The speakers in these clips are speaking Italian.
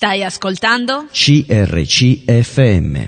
Stai ascoltando? CRC-FM.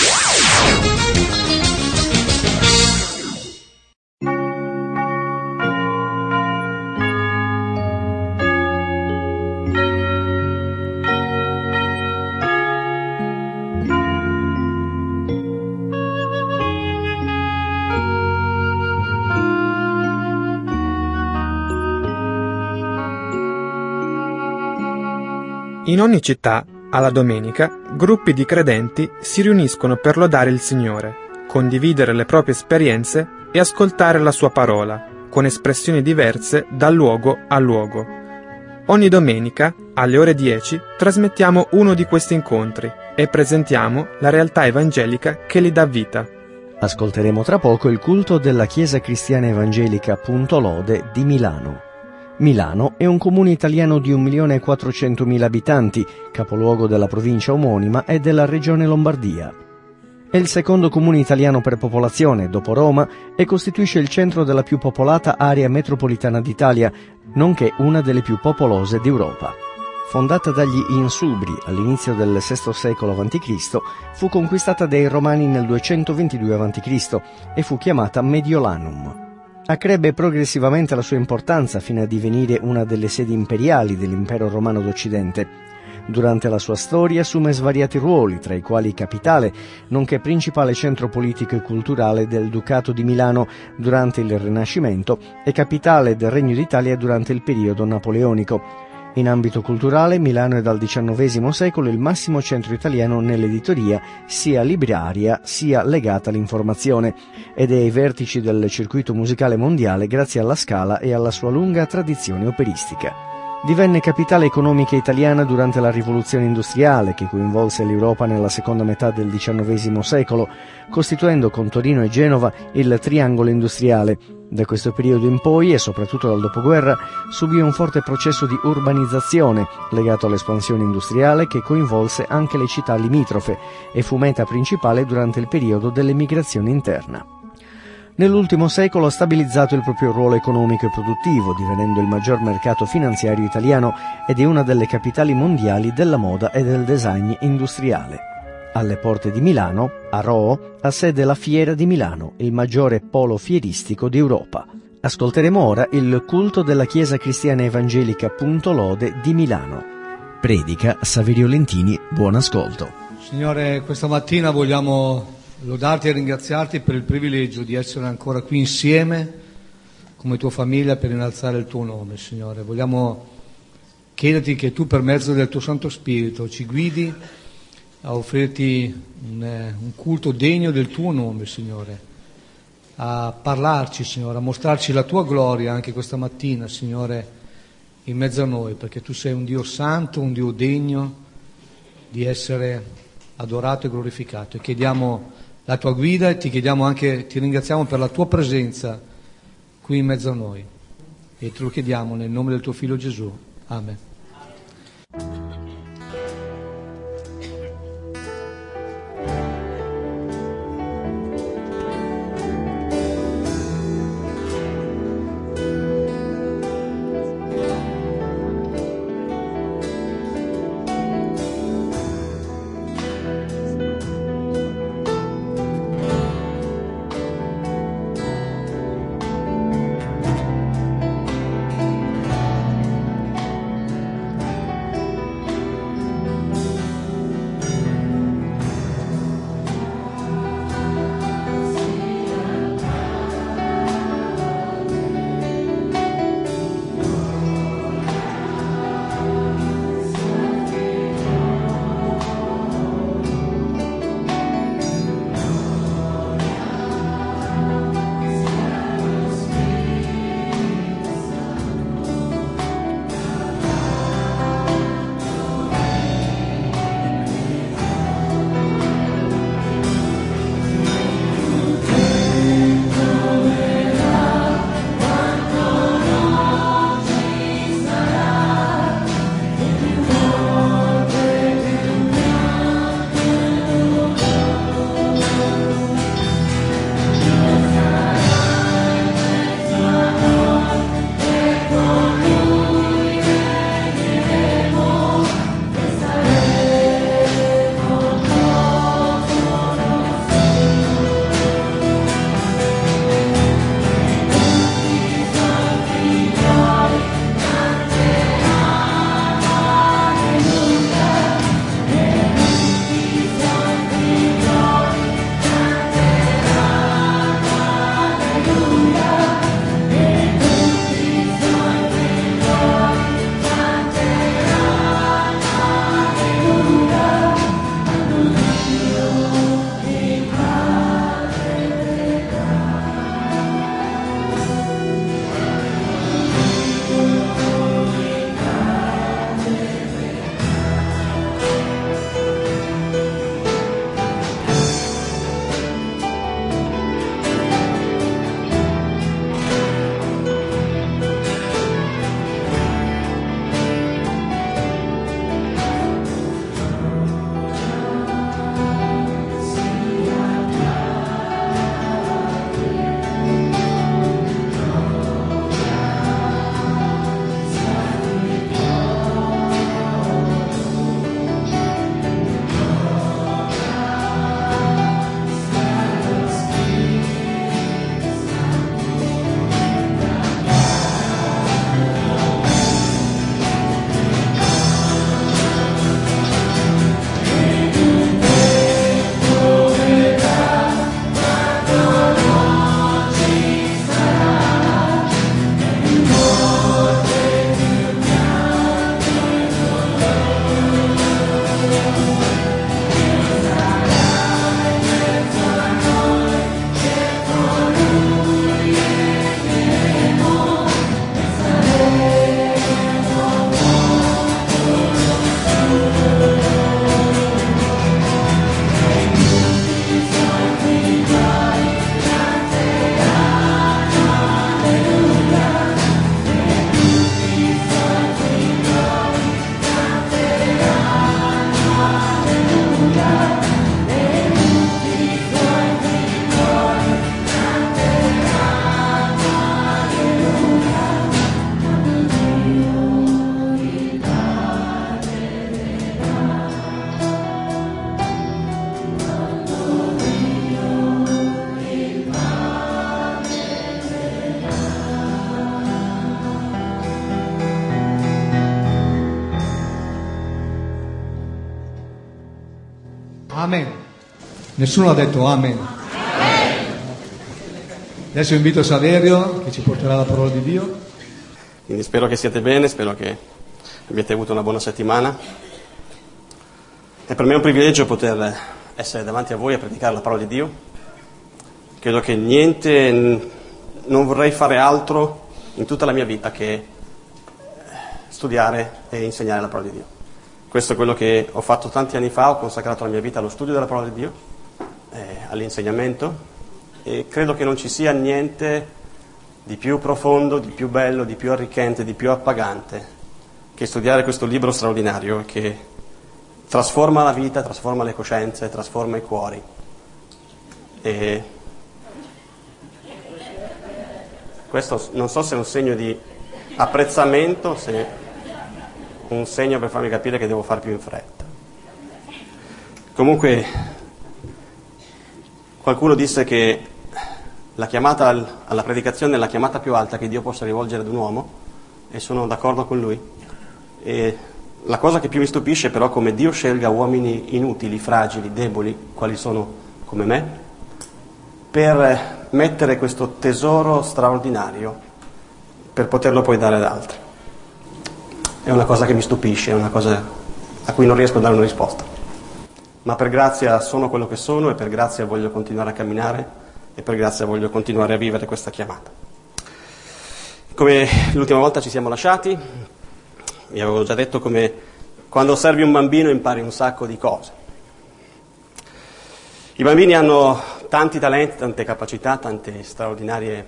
In ogni città, alla domenica, gruppi di credenti si riuniscono per lodare il Signore, condividere le proprie esperienze e ascoltare la sua parola, con espressioni diverse da luogo a luogo. Ogni domenica, alle ore 10, trasmettiamo uno di questi incontri e presentiamo la realtà evangelica che li dà vita. Ascolteremo tra poco il culto della Chiesa Cristiana Evangelica Punto Lode di Milano. Milano è un comune italiano di 1.400.000 abitanti, capoluogo della provincia omonima e della regione Lombardia. È il secondo comune italiano per popolazione, dopo Roma, e costituisce il centro della più popolata area metropolitana d'Italia, nonché una delle più popolose d'Europa. Fondata dagli Insubri all'inizio del VI secolo a.C., fu conquistata dai Romani nel 222 a.C. e fu chiamata Mediolanum. Accrebbe progressivamente la sua importanza fino a divenire una delle sedi imperiali dell'impero romano d'Occidente. Durante la sua storia assume svariati ruoli, tra i quali capitale, nonché principale centro politico e culturale del Ducato di Milano durante il Rinascimento e capitale del Regno d'Italia durante il periodo napoleonico. In ambito culturale, Milano è dal XIX secolo il massimo centro italiano nell'editoria, sia libraria sia legata all'informazione, ed è ai vertici del circuito musicale mondiale grazie alla Scala e alla sua lunga tradizione operistica. Divenne capitale economica italiana durante la rivoluzione industriale che coinvolse l'Europa nella seconda metà del XIX secolo, costituendo con Torino e Genova il triangolo industriale. Da questo periodo in poi, e soprattutto dal dopoguerra, subì un forte processo di urbanizzazione legato all'espansione industriale che coinvolse anche le città limitrofe e fu meta principale durante il periodo dell'emigrazione interna. Nell'ultimo secolo ha stabilizzato il proprio ruolo economico e produttivo, divenendo il maggior mercato finanziario italiano ed è una delle capitali mondiali della moda e del design industriale. Alle porte di Milano, a Roo, ha sede la Fiera di Milano, il maggiore polo fieristico d'Europa. Ascolteremo ora il culto della Chiesa Cristiana Evangelica Punto Lode di Milano. Predica Saverio Lentini, buon ascolto. Signore, questa mattina vogliamo lodarti e ringraziarti per il privilegio di essere ancora qui insieme come tua famiglia per innalzare il tuo nome, Signore. Vogliamo chiederti che tu per mezzo del tuo Santo Spirito ci guidi a offrirti un culto degno del tuo nome, Signore, a parlarci, Signore, a mostrarci la tua gloria anche questa mattina, Signore, in mezzo a noi, perché tu sei un Dio santo, un Dio degno di essere adorato e glorificato. E chiediamo la tua guida e ti ringraziamo per la tua presenza qui in mezzo a noi. E te lo chiediamo nel nome del tuo Figlio Gesù. Amen. Amen. Nessuno ha detto amen. Adesso invito Saverio che ci porterà la parola di Dio. Quindi spero che siate bene, spero che abbiate avuto una buona settimana. E per me è un privilegio poter essere davanti a voi a predicare la parola di Dio. Credo che non vorrei fare altro in tutta la mia vita che studiare e insegnare la parola di Dio. Questo è quello che ho fatto tanti anni fa, ho consacrato la mia vita allo studio della parola di Dio, all'insegnamento, e credo che non ci sia niente di più profondo, di più bello, di più arricchente, di più appagante che studiare questo libro straordinario che trasforma la vita, trasforma le coscienze, trasforma i cuori. E questo non so se è un segno di apprezzamento, se è un segno per farmi capire che devo fare più in fretta. Comunque, qualcuno disse che la chiamata alla predicazione è la chiamata più alta che Dio possa rivolgere ad un uomo, e sono d'accordo con lui. E la cosa che più mi stupisce è però come Dio scelga uomini inutili, fragili, deboli, quali sono come me, per mettere questo tesoro straordinario, per poterlo poi dare ad altri. È una cosa che mi stupisce, è una cosa a cui non riesco a dare una risposta. Ma per grazia sono quello che sono, e per grazia voglio continuare a camminare, e per grazia voglio continuare a vivere questa chiamata. Come l'ultima volta ci siamo lasciati, vi avevo già detto come quando osservi un bambino impari un sacco di cose. I bambini hanno tanti talenti, tante capacità, tante straordinarie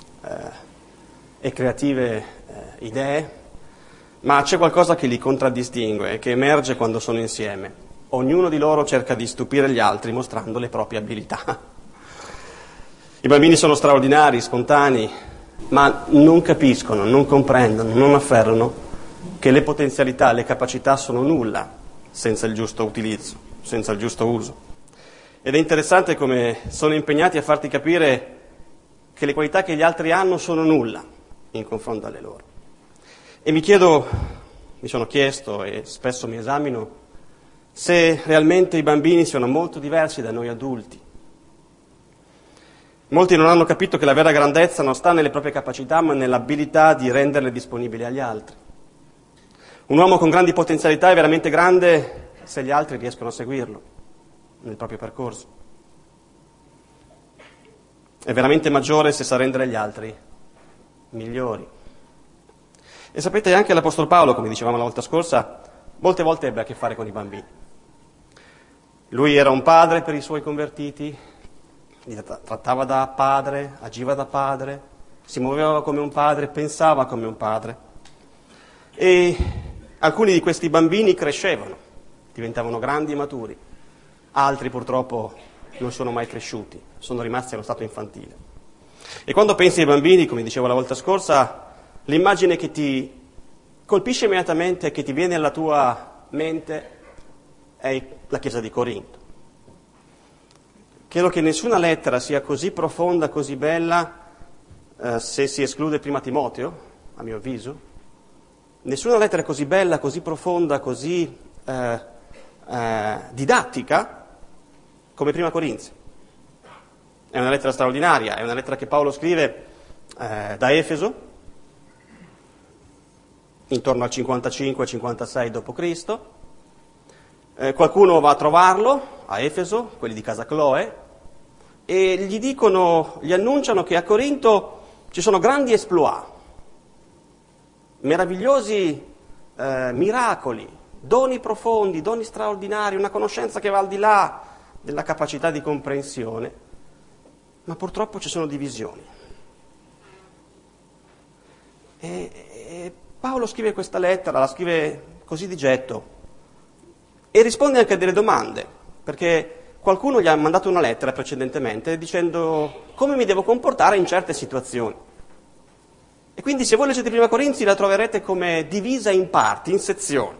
e creative idee, ma c'è qualcosa che li contraddistingue e che emerge quando sono insieme. Ognuno di loro cerca di stupire gli altri mostrando le proprie abilità. I bambini sono straordinari, spontanei, ma non capiscono, non comprendono, non afferrano che le potenzialità, le capacità sono nulla senza il giusto utilizzo, senza il giusto uso. Ed è interessante come sono impegnati a farti capire che le qualità che gli altri hanno sono nulla in confronto alle loro. E mi sono chiesto e spesso mi esamino se realmente i bambini siano molto diversi da noi adulti. Molti non hanno capito che la vera grandezza non sta nelle proprie capacità, ma nell'abilità di renderle disponibili agli altri. Un uomo con grandi potenzialità è veramente grande se gli altri riescono a seguirlo nel proprio percorso. È veramente maggiore se sa rendere gli altri migliori. E sapete, anche l'Apostolo Paolo, come dicevamo la volta scorsa, molte volte ebbe a che fare con i bambini. Lui era un padre per i suoi convertiti, li trattava da padre, agiva da padre, si muoveva come un padre, pensava come un padre. E alcuni di questi bambini crescevano, diventavano grandi e maturi. Altri purtroppo non sono mai cresciuti, sono rimasti allo stato infantile. E quando pensi ai bambini, come dicevo la volta scorsa, l'immagine che ti colpisce immediatamente, che ti viene alla tua mente, è la Chiesa di Corinto. Credo che nessuna lettera sia così profonda, così bella, se si esclude prima Timoteo, a mio avviso. Nessuna lettera è così bella, così profonda, così didattica come prima Corinzi. È una lettera straordinaria, è una lettera che Paolo scrive da Efeso, intorno al 55-56 d.C. Qualcuno va a trovarlo a Efeso, quelli di casa Cloe, e gli annunciano che a Corinto ci sono grandi exploit, meravigliosi miracoli, doni profondi, doni straordinari, una conoscenza che va al di là della capacità di comprensione, ma purtroppo ci sono divisioni. E Paolo scrive questa lettera, la scrive così di getto, e risponde anche a delle domande, perché qualcuno gli ha mandato una lettera precedentemente dicendo come mi devo comportare in certe situazioni. E quindi se voi leggete Prima Corinzi la troverete come divisa in parti, in sezioni.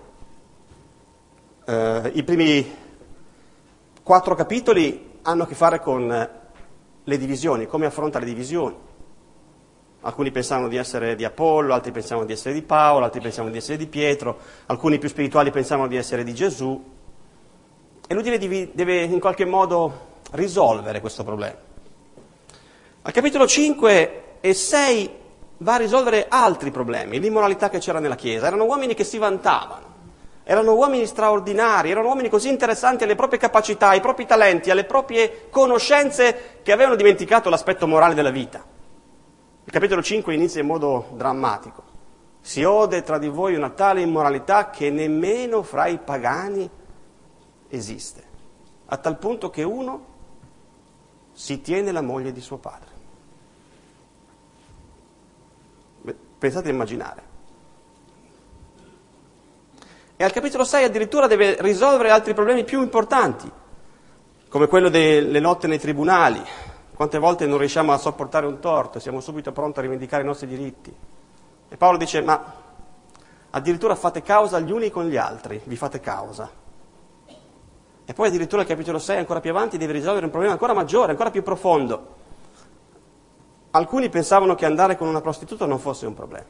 I primi 4 capitoli hanno a che fare con le divisioni, come affronta le divisioni. Alcuni pensavano di essere di Apollo, altri pensavano di essere di Paolo, altri pensavano di essere di Pietro, alcuni più spirituali pensavano di essere di Gesù. E lui deve in qualche modo risolvere questo problema. Al capitolo 5 e 6 va a risolvere altri problemi, l'immoralità che c'era nella Chiesa. Erano uomini che si vantavano, erano uomini straordinari, erano uomini così interessanti alle proprie capacità, ai propri talenti, alle proprie conoscenze, che avevano dimenticato l'aspetto morale della vita. Il capitolo 5 inizia in modo drammatico. Si ode tra di voi una tale immoralità che nemmeno fra i pagani esiste, a tal punto che uno si tiene la moglie di suo padre. Pensate a immaginare. E al capitolo 6 addirittura deve risolvere altri problemi più importanti, come quello delle lotte nei tribunali. Quante volte non riusciamo a sopportare un torto e siamo subito pronti a rivendicare i nostri diritti. E Paolo dice, ma addirittura fate causa gli uni con gli altri, vi fate causa. E poi addirittura il capitolo 6, ancora più avanti, deve risolvere un problema ancora maggiore, ancora più profondo. Alcuni pensavano che andare con una prostituta non fosse un problema.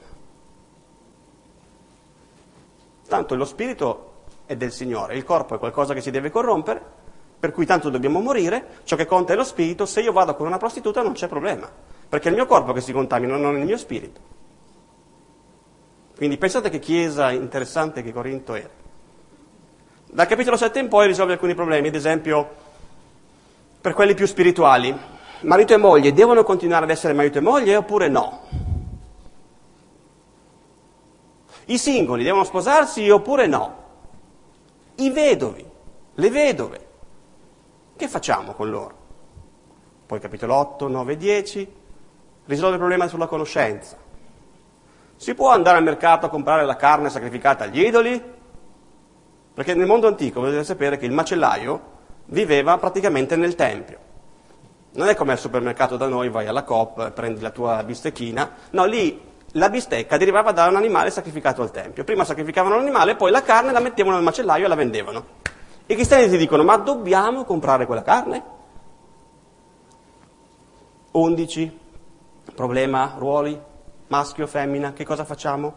Tanto lo spirito è del Signore, il corpo è qualcosa che si deve corrompere, per cui tanto dobbiamo morire, ciò che conta è lo spirito. Se io vado con una prostituta non c'è problema, perché è il mio corpo che si contamina, non il mio spirito. Quindi pensate che chiesa interessante che Corinto era. Dal capitolo 7 in poi risolve alcuni problemi, ad esempio per quelli più spirituali. Marito e moglie devono continuare ad essere marito e moglie oppure no? I singoli devono sposarsi oppure no? I vedovi, le vedove, che facciamo con loro? Poi capitolo 8, 9 e 10 risolve il problema sulla conoscenza. Si può andare al mercato a comprare la carne sacrificata agli idoli? Perché nel mondo antico dovete sapere che il macellaio viveva praticamente nel tempio. Non è come al supermercato da noi, vai alla Coop, prendi la tua bistecchina. No, lì la bistecca derivava da un animale sacrificato al tempio. Prima sacrificavano l'animale, poi la carne la mettevano nel macellaio e la vendevano. I cristiani ti dicono, ma dobbiamo comprare quella carne? 11, problema, ruoli, maschio, femmina, che cosa facciamo?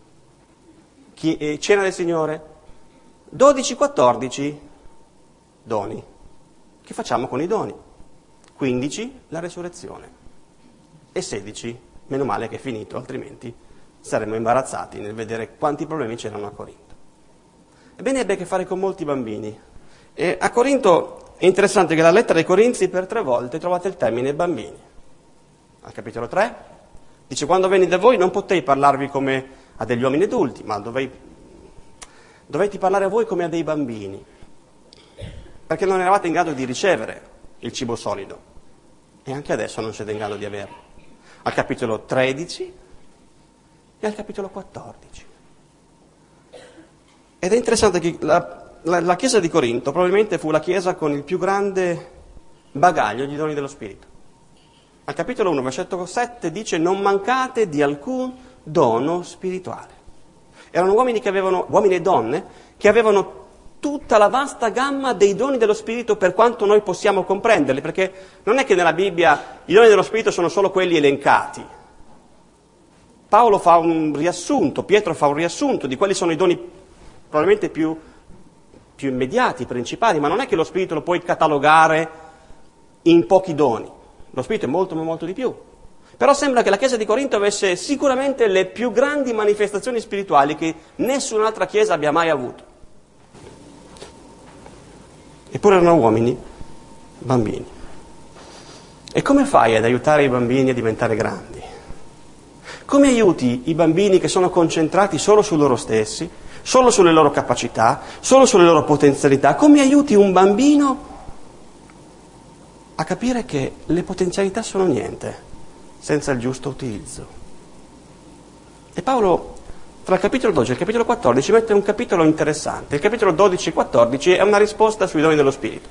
Cena del Signore. 12, 14, doni. Che facciamo con i doni? 15, la resurrezione. E 16, meno male che è finito, altrimenti saremmo imbarazzati nel vedere quanti problemi c'erano a Corinto. Ebbene, ebbe a che fare con molti bambini. E a Corinto è interessante che la lettera ai Corinzi per 3 volte trovate il termine bambini. Al capitolo 3 dice, quando venni da voi non potei parlarvi come a degli uomini adulti, ma dovetti parlare a voi come a dei bambini, perché non eravate in grado di ricevere il cibo solido. E anche adesso non siete in grado di averlo. Al capitolo 13 e al capitolo 14. Ed è interessante che la chiesa di Corinto probabilmente fu la chiesa con il più grande bagaglio di doni dello Spirito. Al capitolo 1, versetto 7 dice, non mancate di alcun dono spirituale. Erano uomini e donne che avevano tutta la vasta gamma dei doni dello Spirito per quanto noi possiamo comprenderli, perché non è che nella Bibbia i doni dello Spirito sono solo quelli elencati. Paolo fa un riassunto, Pietro fa un riassunto di quali sono i doni probabilmente più immediati, principali, ma non è che lo Spirito lo puoi catalogare in pochi doni. Lo Spirito è molto, ma molto di più. Però sembra che la Chiesa di Corinto avesse sicuramente le più grandi manifestazioni spirituali che nessun'altra Chiesa abbia mai avuto. Eppure erano uomini, bambini. E come fai ad aiutare i bambini a diventare grandi? Come aiuti i bambini che sono concentrati solo su loro stessi, solo sulle loro capacità, solo sulle loro potenzialità? Come aiuti un bambino a capire che le potenzialità sono niente senza il giusto utilizzo? E Paolo, tra il capitolo 12 e il capitolo 14, mette un capitolo interessante. Il capitolo 12 e 14 è una risposta sui doni dello Spirito.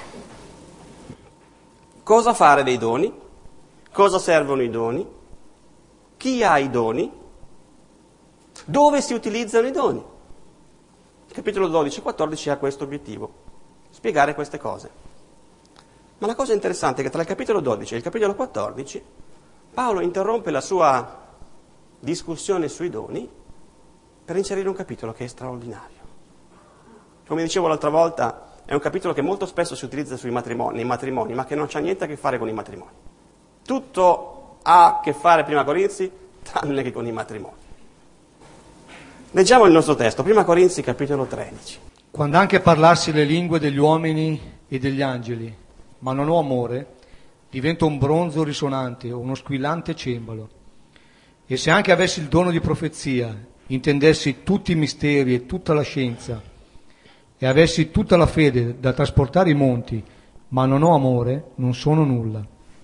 Cosa fare dei doni? Cosa servono i doni? Chi ha i doni? Dove si utilizzano i doni? Il capitolo 12 e 14 ha questo obiettivo, spiegare queste cose. Ma la cosa interessante è che tra il capitolo 12 e il capitolo 14 Paolo interrompe la sua discussione sui doni per inserire un capitolo che è straordinario. Come dicevo l'altra volta, è un capitolo che molto spesso si utilizza nei matrimoni, ma che non c'ha niente a che fare con i matrimoni. Tutto ha a che fare, prima Corinzi, tranne che con i matrimoni. Leggiamo il nostro testo, prima Corinzi capitolo 13. Quando anche parlassi le lingue degli uomini e degli angeli, ma non ho amore, divento un bronzo risonante o uno squillante cembalo. E se anche avessi il dono di profezia, intendessi tutti i misteri e tutta la scienza, e avessi tutta la fede da trasportare i monti, ma non ho amore, non sono nulla.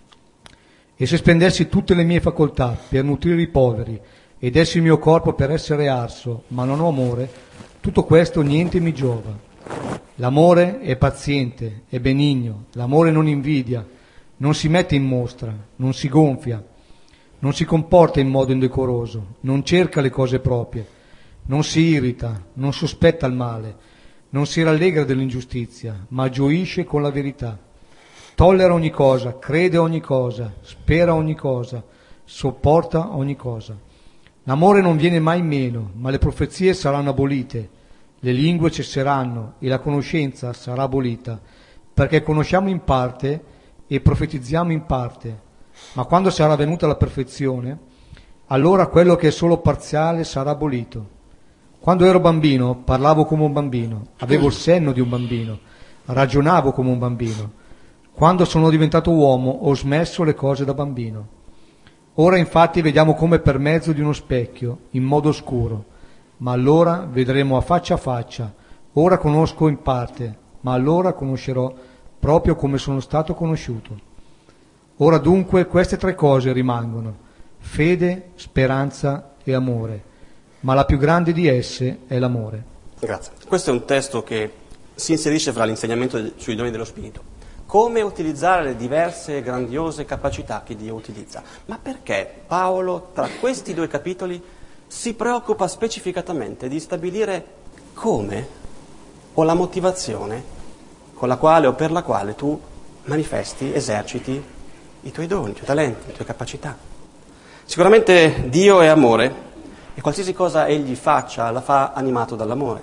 E se spendessi tutte le mie facoltà per nutrire i poveri, e dessi il mio corpo per essere arso, ma non ho amore, tutto questo niente mi giova. L'amore è paziente, è benigno, l'amore non invidia, non si mette in mostra, non si gonfia, non si comporta in modo indecoroso, non cerca le cose proprie, non si irrita, non sospetta il male, non si rallegra dell'ingiustizia, ma gioisce con la verità. Tollera ogni cosa, crede ogni cosa, spera ogni cosa, sopporta ogni cosa. L'amore non viene mai meno, ma le profezie saranno abolite, le lingue cesseranno e la conoscenza sarà abolita, perché conosciamo in parte e profetizziamo in parte, ma quando sarà venuta la perfezione, allora quello che è solo parziale sarà abolito. Quando ero bambino parlavo come un bambino, avevo il senno di un bambino, ragionavo come un bambino. Quando sono diventato uomo ho smesso le cose da bambino. Ora infatti vediamo come per mezzo di uno specchio, in modo oscuro, ma allora vedremo a faccia. Ora conosco in parte, ma allora conoscerò proprio come sono stato conosciuto. Ora dunque queste tre cose rimangono: fede, speranza e amore, ma la più grande di esse è l'amore. Grazie. Questo è un testo che si inserisce fra l'insegnamento sui doni dello Spirito. Come utilizzare le diverse e grandiose capacità che Dio utilizza. Ma perché Paolo, tra questi due capitoli, si preoccupa specificatamente di stabilire come o la motivazione con la quale o per la quale tu manifesti, eserciti i tuoi doni, i tuoi talenti, le tue capacità? Sicuramente Dio è amore e qualsiasi cosa Egli faccia la fa animato dall'amore.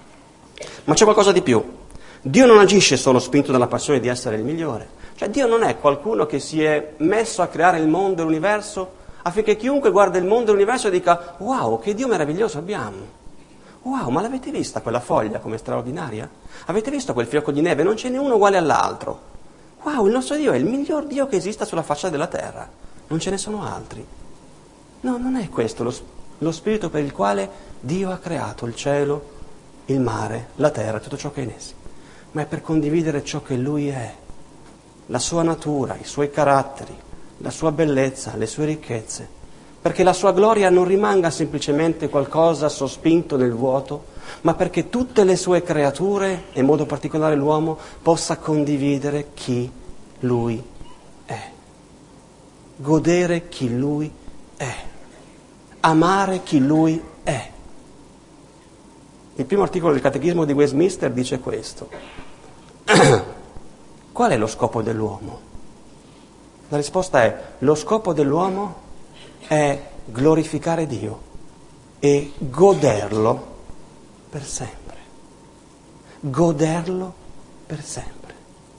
Ma c'è qualcosa di più. Dio non agisce solo spinto dalla passione di essere il migliore. Cioè Dio non è qualcuno che si è messo a creare il mondo e l'universo affinché chiunque guarda il mondo e l'universo dica: wow, che Dio meraviglioso abbiamo. Wow, ma l'avete vista quella foglia come straordinaria? Avete visto quel fiocco di neve? Non ce n'è uno uguale all'altro. Wow, il nostro Dio è il miglior Dio che esista sulla faccia della terra. Non ce ne sono altri. No, non è questo lo spirito per il quale Dio ha creato il cielo, il mare, la terra, tutto ciò che è in essi. Ma è per condividere ciò che Lui è, la sua natura, i suoi caratteri, la sua bellezza, le sue ricchezze, perché la sua gloria non rimanga semplicemente qualcosa sospinto nel vuoto, ma perché tutte le sue creature, e in modo particolare l'uomo, possa condividere chi Lui è, godere chi Lui è, amare chi Lui è. Il primo articolo del Catechismo di Westminster dice questo. Qual è lo scopo dell'uomo? La risposta è: lo scopo dell'uomo è glorificare Dio e goderlo per sempre. Goderlo per sempre.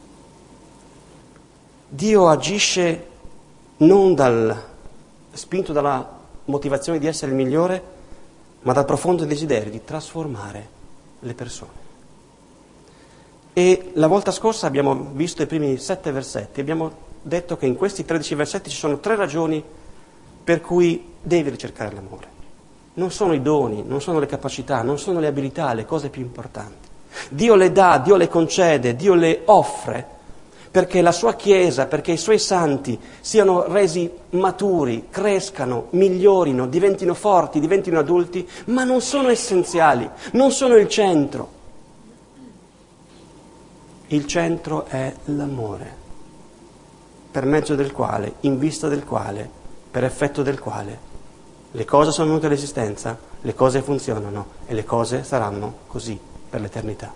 Dio agisce non spinto dalla motivazione di essere il migliore, ma dal profondo desiderio di trasformare le persone. E la volta scorsa abbiamo visto i primi 7 versetti, abbiamo detto che in questi 13 versetti ci sono 3 ragioni per cui devi ricercare l'amore. Non sono i doni, non sono le capacità, non sono le abilità le cose più importanti. Dio le dà, Dio le concede, Dio le offre perché la sua Chiesa, perché i suoi santi siano resi maturi, crescano, migliorino, diventino forti, diventino adulti, ma non sono essenziali, non sono il centro. Il centro è l'amore, per mezzo del quale, in vista del quale, per effetto del quale, le cose sono venute all'esistenza, le cose funzionano e le cose saranno così per l'eternità.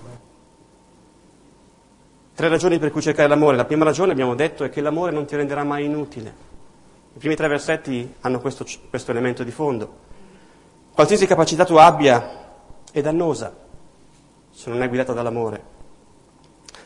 3 ragioni per cui cercare l'amore. La prima ragione, abbiamo detto, è che l'amore non ti renderà mai inutile. I primi 3 versetti hanno questo elemento di fondo. Qualsiasi capacità tu abbia è dannosa se non è guidata dall'amore.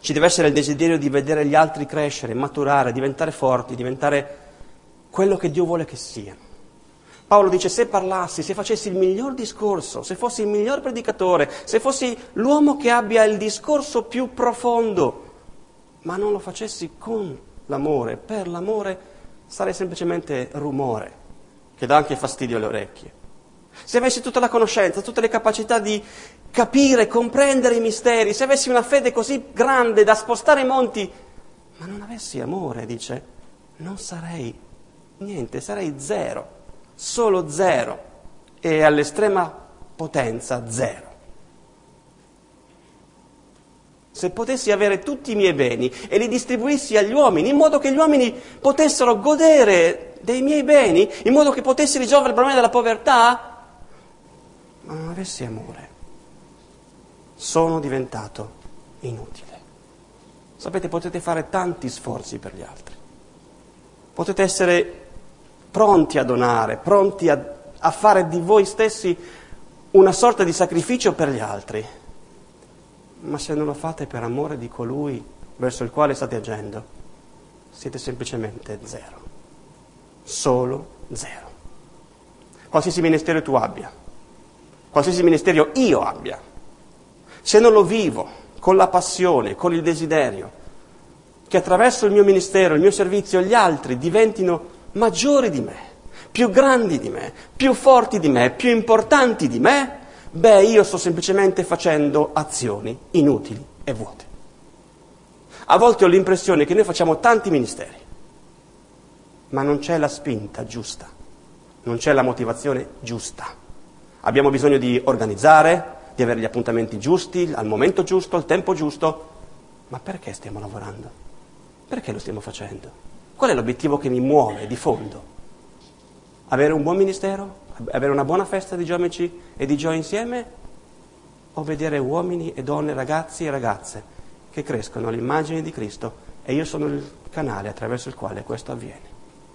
Ci deve essere il desiderio di vedere gli altri crescere, maturare, diventare forti, diventare quello che Dio vuole che siano. Paolo dice: se parlassi, se facessi il miglior discorso, se fossi il miglior predicatore, se fossi l'uomo che abbia il discorso più profondo, ma non lo facessi con l'amore, per l'amore, sarei semplicemente rumore, che dà anche fastidio alle orecchie. Se avessi tutta la conoscenza, tutte le capacità di capire, comprendere i misteri, se avessi una fede così grande da spostare i monti, ma non avessi amore, dice, non sarei niente, sarei zero, solo zero, e all'estrema potenza zero. Se potessi avere tutti i miei beni e li distribuissi agli uomini, in modo che gli uomini potessero godere dei miei beni, in modo che potessi risolvere il problema della povertà, ma non avessi amore, sono diventato inutile. Sapete, potete fare tanti sforzi per gli altri, potete essere pronti a donare, pronti a fare di voi stessi una sorta di sacrificio per gli altri, ma se non lo fate per amore di colui verso il quale state agendo, siete semplicemente zero, solo zero. Qualsiasi ministero tu abbia, qualsiasi ministero io abbia, se non lo vivo con la passione, con il desiderio, che attraverso il mio ministero, il mio servizio, gli altri diventino maggiori di me, più grandi di me, più forti di me, più importanti di me, beh, io sto semplicemente facendo azioni inutili e vuote. A volte ho l'impressione che noi facciamo tanti ministeri, ma non c'è la spinta giusta, non c'è la motivazione giusta. Abbiamo bisogno di organizzare, di avere gli appuntamenti giusti, al momento giusto, al tempo giusto. Ma perché stiamo lavorando? Perché lo stiamo facendo? Qual è l'obiettivo che mi muove di fondo? Avere un buon ministero? Avere una buona festa di Geometry e di Joy insieme? O vedere uomini e donne, ragazzi e ragazze che crescono all'immagine di Cristo e io sono il canale attraverso il quale questo avviene?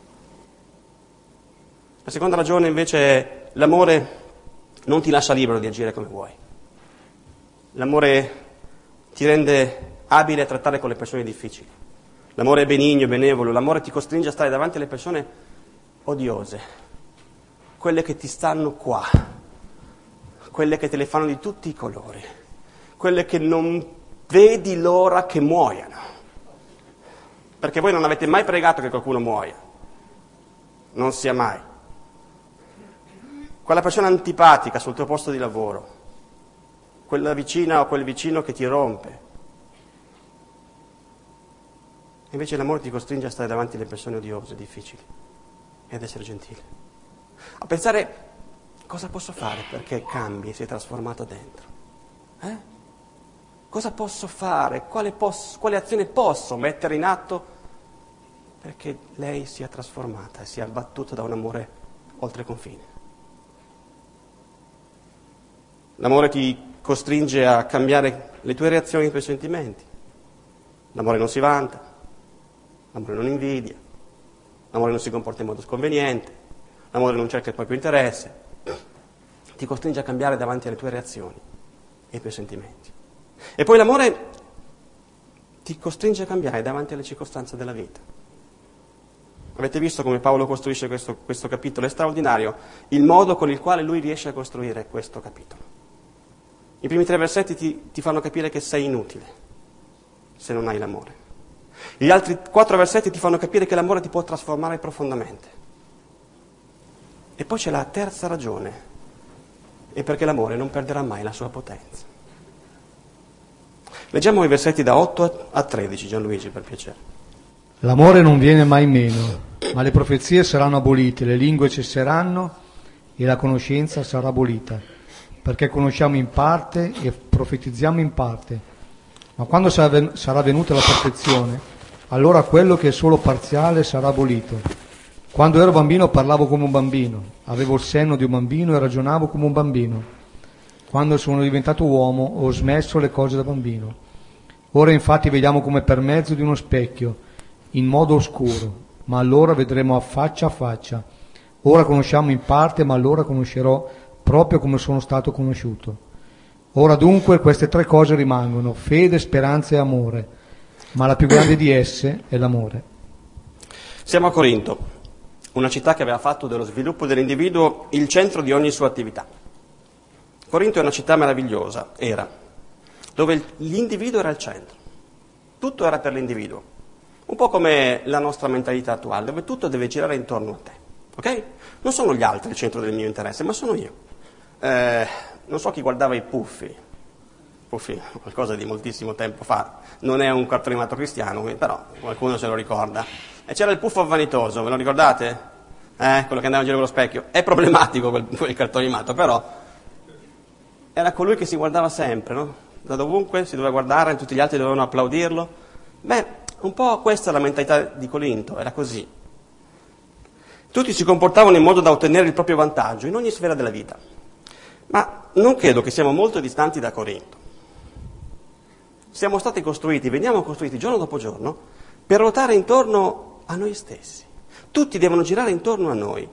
La seconda ragione invece è l'amore non ti lascia libero di agire come vuoi. L'amore ti rende abile a trattare con le persone difficili. L'amore è benigno, benevolo, l'amore ti costringe a stare davanti alle persone odiose, quelle che ti stanno qua, quelle che te le fanno di tutti i colori, quelle che non vedi l'ora che muoiano. Perché voi non avete mai pregato che qualcuno muoia, non sia mai. Quella persona antipatica sul tuo posto di lavoro, quella vicina o quel vicino che ti rompe. Invece l'amore ti costringe a stare davanti alle persone odiose, difficili, e ad essere gentile. A pensare cosa posso fare perché cambi e sia trasformata dentro. Cosa posso fare? Quale azione posso mettere in atto perché lei sia trasformata e sia abbattuta da un amore oltre confine? L'amore ti costringe a cambiare le tue reazioni e i tuoi sentimenti. L'amore non si vanta, l'amore non invidia, l'amore non si comporta in modo sconveniente, l'amore non cerca il proprio interesse, ti costringe a cambiare davanti alle tue reazioni e ai tuoi sentimenti. E poi l'amore ti costringe a cambiare davanti alle circostanze della vita. Avete visto come Paolo costruisce questo capitolo? È straordinario il modo con il quale lui riesce a costruire questo capitolo. I primi 3 versetti ti fanno capire che sei inutile se non hai l'amore. Gli altri 4 versetti ti fanno capire che l'amore ti può trasformare profondamente. E poi c'è la terza ragione, è perché l'amore non perderà mai la sua potenza. Leggiamo i versetti da 8 a 13, Gianluigi, per piacere. L'amore non viene mai meno, ma le profezie saranno abolite, le lingue cesseranno e la conoscenza sarà abolita, perché conosciamo in parte e profetizziamo in parte. Ma quando sarà venuta la perfezione, allora quello che è solo parziale sarà abolito. Quando ero bambino parlavo come un bambino, avevo il senno di un bambino e ragionavo come un bambino. Quando sono diventato uomo ho smesso le cose da bambino. Ora infatti vediamo come per mezzo di uno specchio, in modo oscuro, ma allora vedremo a faccia. Ora conosciamo in parte, ma allora conoscerò proprio come sono stato conosciuto. Ora dunque queste 3 cose rimangono: fede, speranza e amore. ma la più grande di esse è l'amore. Siamo a Corinto, una città che aveva fatto dello sviluppo dell'individuo il centro di ogni sua attività. Corinto è una città meravigliosa, dove l'individuo era il centro, tutto era per l'individuo, un po' come la nostra mentalità attuale, dove tutto deve girare intorno a te, ok? Non sono gli altri il centro del mio interesse, ma sono io. Non so chi guardava i Puffi, qualcosa di moltissimo tempo fa, non è un cartone animato cristiano, però qualcuno se lo ricorda. E c'era il puffo vanitoso, ve lo ricordate? Quello che andava in giro con lo specchio. È problematico quel cartone animato, però era colui che si guardava sempre, no? Da dovunque si doveva guardare, tutti gli altri dovevano applaudirlo. Beh, un po' questa è la mentalità di Corinto, era così. Tutti si comportavano in modo da ottenere il proprio vantaggio in ogni sfera della vita. Ma non credo che siamo molto distanti da Corinto. Siamo stati costruiti, veniamo costruiti giorno dopo giorno per ruotare intorno a noi stessi. Tutti devono girare intorno a noi.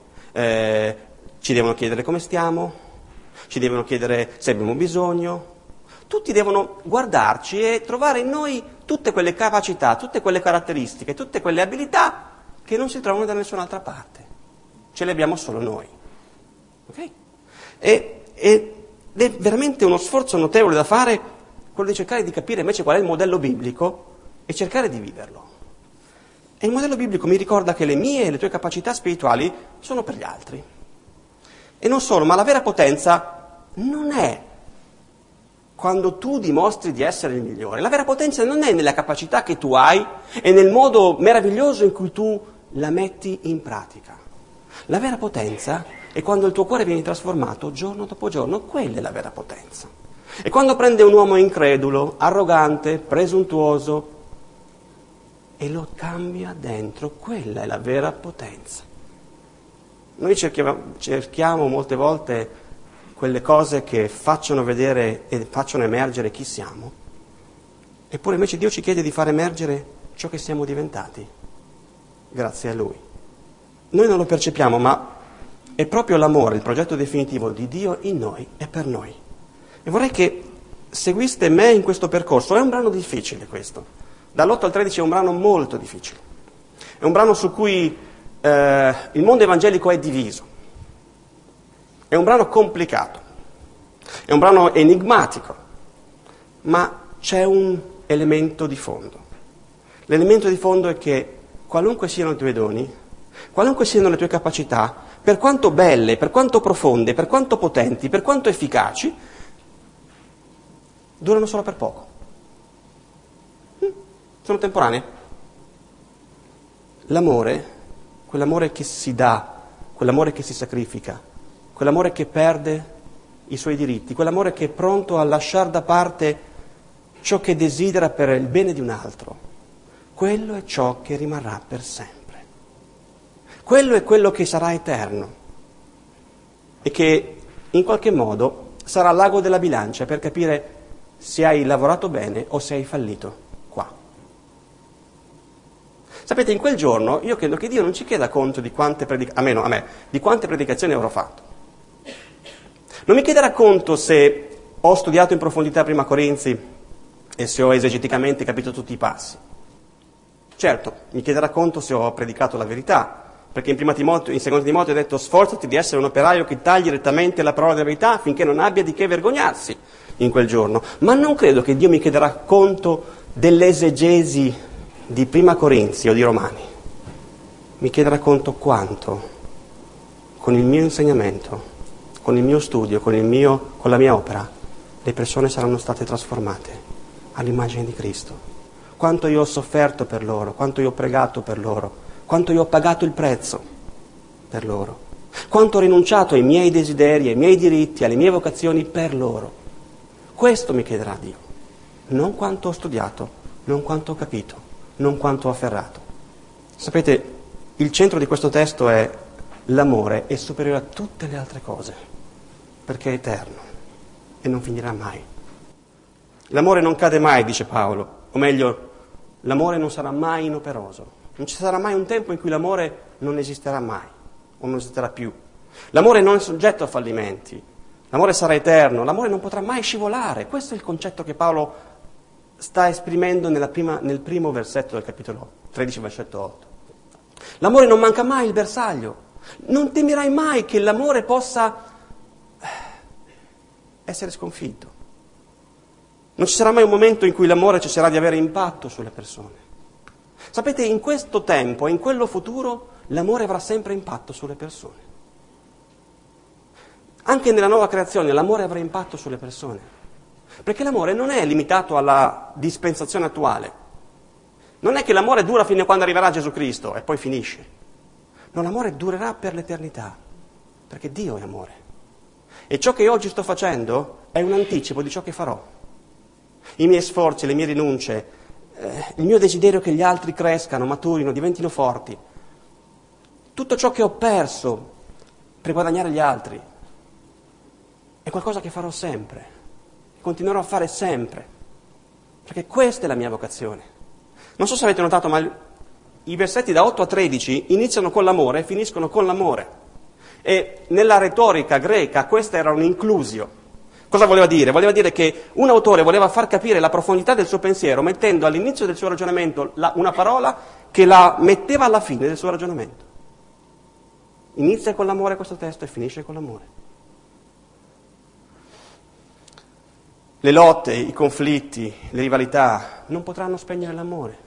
Ci devono chiedere come stiamo, ci devono chiedere se abbiamo bisogno. Tutti devono guardarci e trovare in noi tutte quelle capacità, tutte quelle caratteristiche, tutte quelle abilità che non si trovano da nessun'altra parte. Ce le abbiamo solo noi. Ok? Ed è veramente uno sforzo notevole da fare quello di cercare di capire invece qual è il modello biblico e cercare di viverlo. E il modello biblico mi ricorda che le mie e le tue capacità spirituali sono per gli altri. E non solo, ma la vera potenza non è quando tu dimostri di essere il migliore. La vera potenza non è nella capacità che tu hai e nel modo meraviglioso in cui tu la metti in pratica. La vera potenza è quando il tuo cuore viene trasformato giorno dopo giorno, quella è la vera potenza. E quando prende un uomo incredulo, arrogante, presuntuoso e lo cambia dentro, quella è la vera potenza. Noi cerchiamo molte volte quelle cose che facciano vedere e facciano emergere chi siamo, eppure invece Dio ci chiede di far emergere ciò che siamo diventati, grazie a Lui. Noi non lo percepiamo, ma è proprio l'amore, il progetto definitivo di Dio in noi e per noi. E vorrei che seguiste me in questo percorso. È un brano difficile questo, dall'8 al 13 è un brano molto difficile, è un brano su cui il mondo evangelico è diviso. È un brano complicato, è un brano enigmatico, ma c'è un elemento di fondo. L'elemento di fondo è che qualunque siano i tuoi doni, qualunque siano le tue capacità, per quanto belle, per quanto profonde, per quanto potenti, per quanto efficaci, durano solo per poco. Sono temporanee. L'amore, quell'amore che si dà, quell'amore che si sacrifica, quell'amore che perde i suoi diritti, quell'amore che è pronto a lasciare da parte ciò che desidera per il bene di un altro, quello è ciò che rimarrà per sempre. Quello è quello che sarà eterno e che in qualche modo sarà l'ago della bilancia per capire se hai lavorato bene o se hai fallito qua. Sapete, in quel giorno io credo che Dio non ci chieda conto di quante di quante predicazioni avrò fatto. Non mi chiederà conto se ho studiato in profondità prima Corinzi e se ho esegeticamente capito tutti i passi. Certo, mi chiederà conto se ho predicato la verità, perché in 2 Timoteo ho detto: sforzati di essere un operaio che tagli rettamente la parola della verità affinché non abbia di che vergognarsi in quel giorno. Ma non credo che Dio mi chiederà conto dell'esegesi di prima Corinzi o di Romani. Mi chiederà conto quanto, con il mio insegnamento, con il mio studio, con la mia opera, le persone saranno state trasformate all'immagine di Cristo. Quanto io ho sofferto per loro, quanto io ho pregato per loro, quanto io ho pagato il prezzo per loro, quanto ho rinunciato ai miei desideri, ai miei diritti, alle mie vocazioni per loro. Questo mi chiederà Dio, non quanto ho studiato, non quanto ho capito, non quanto ho afferrato. Sapete, il centro di questo testo è: l'amore è superiore a tutte le altre cose, perché è eterno e non finirà mai. L'amore non cade mai, dice Paolo, o meglio, l'amore non sarà mai inoperoso. Non ci sarà mai un tempo in cui l'amore non esisterà mai, o non esisterà più. L'amore non è soggetto a fallimenti, l'amore sarà eterno, l'amore non potrà mai scivolare. Questo è il concetto che Paolo sta esprimendo nel primo versetto del capitolo 13, versetto 8. L'amore non manca mai il bersaglio. Non temerai mai che l'amore possa essere sconfitto. Non ci sarà mai un momento in cui l'amore cesserà di avere impatto sulle persone. Sapete, in questo tempo e in quello futuro l'amore avrà sempre impatto sulle persone. Anche nella nuova creazione l'amore avrà impatto sulle persone. Perché l'amore non è limitato alla dispensazione attuale. Non è che l'amore dura fino a quando arriverà Gesù Cristo e poi finisce. No, l'amore durerà per l'eternità, perché Dio è amore. E ciò che oggi sto facendo è un anticipo di ciò che farò. I miei sforzi, le mie rinunce, il mio desiderio che gli altri crescano, maturino, diventino forti. Tutto ciò che ho perso per guadagnare gli altri è qualcosa che farò sempre, continuerò a fare sempre, perché questa è la mia vocazione. Non so se avete notato, ma i versetti da 8 a 13 iniziano con l'amore e finiscono con l'amore. E nella retorica greca questa era un'inclusio. Cosa voleva dire? Voleva dire che un autore voleva far capire la profondità del suo pensiero mettendo all'inizio del suo ragionamento una parola che la metteva alla fine del suo ragionamento. Inizia con l'amore questo testo e finisce con l'amore. Le lotte, i conflitti, le rivalità non potranno spegnere l'amore.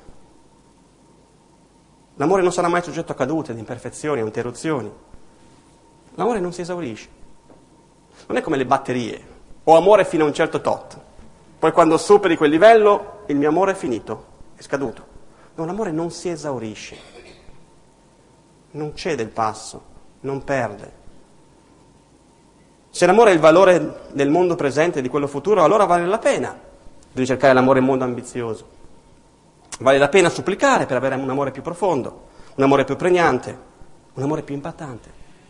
L'amore non sarà mai soggetto a cadute, ad imperfezioni, a interruzioni. L'amore non si esaurisce. Non è come le batterie. Ho amore fino a un certo tot. Poi quando superi quel livello, il mio amore è finito, è scaduto. No, l'amore non si esaurisce. Non cede il passo, non perde. Se l'amore è il valore del mondo presente e di quello futuro, allora vale la pena di ricercare l'amore in mondo ambizioso. Vale la pena supplicare per avere un amore più profondo, un amore più pregnante, un amore più impattante.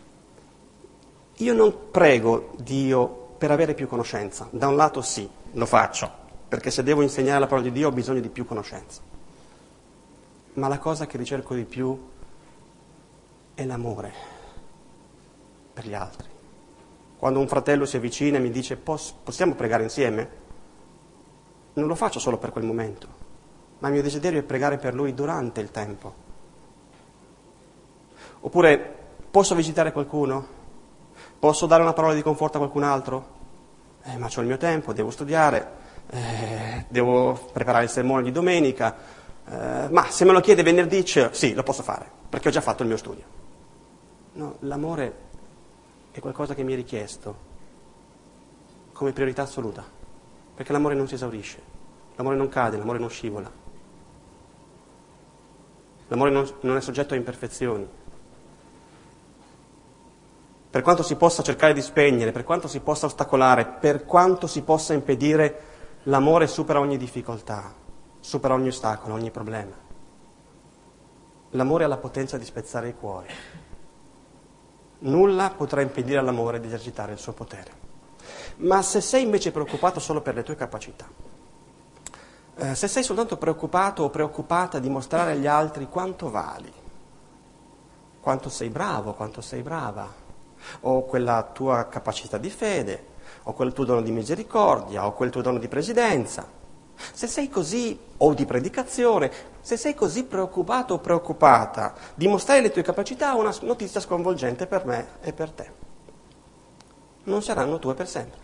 Io non prego Dio per avere più conoscenza. Da un lato sì, lo faccio, perché se devo insegnare la parola di Dio ho bisogno di più conoscenza. Ma la cosa che ricerco di più è l'amore per gli altri. Quando un fratello si avvicina e mi dice possiamo pregare insieme? Non lo faccio solo per quel momento. Ma il mio desiderio è pregare per lui durante il tempo. Oppure, posso visitare qualcuno? Posso dare una parola di conforto a qualcun altro? Ma c'ho il mio tempo, devo studiare, devo preparare il sermone di domenica, ma se me lo chiede venerdì, sì, lo posso fare, perché ho già fatto il mio studio. No, l'amore è qualcosa che mi è richiesto come priorità assoluta, perché l'amore non si esaurisce, l'amore non cade, l'amore non scivola. L'amore non è soggetto a imperfezioni. Per quanto si possa cercare di spegnere, per quanto si possa ostacolare, per quanto si possa impedire, l'amore supera ogni difficoltà, supera ogni ostacolo, ogni problema. L'amore ha la potenza di spezzare i cuori. Nulla potrà impedire all'amore di esercitare il suo potere. Ma se sei invece preoccupato solo per le tue capacità, se sei soltanto preoccupato o preoccupata di mostrare agli altri quanto vali, quanto sei bravo, quanto sei brava, o quella tua capacità di fede, o quel tuo dono di misericordia, o quel tuo dono di presidenza, se sei così, o di predicazione, se sei così preoccupato o preoccupata di mostrare le tue capacità, ho una notizia sconvolgente per me e per te. Non saranno tue per sempre.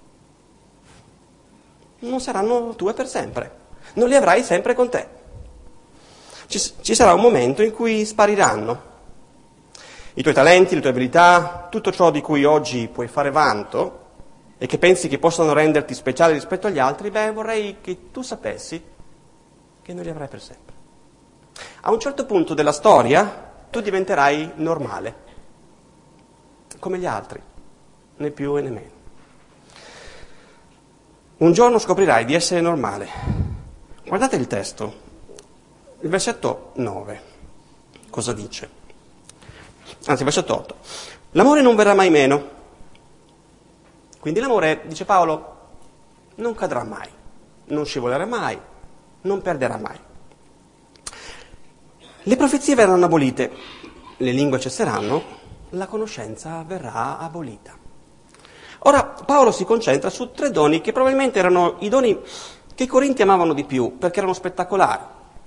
Non saranno tue per sempre. Non li avrai sempre con te. Ci sarà un momento in cui spariranno. I tuoi talenti, le tue abilità, tutto ciò di cui oggi puoi fare vanto e che pensi che possano renderti speciale rispetto agli altri, vorrei che tu sapessi che non li avrai per sempre. A un certo punto della storia tu diventerai normale, come gli altri, né più né meno. Un giorno scoprirai di essere normale. Guardate il testo, il versetto 9, cosa dice? Anzi, versetto 8. L'amore non verrà mai meno. Quindi l'amore, dice Paolo, non cadrà mai, non scivolerà mai, non perderà mai. Le profezie verranno abolite, le lingue cesseranno, la conoscenza verrà abolita. Ora Paolo si concentra su 3 doni che probabilmente erano i doni che i Corinti amavano di più perché erano spettacolari.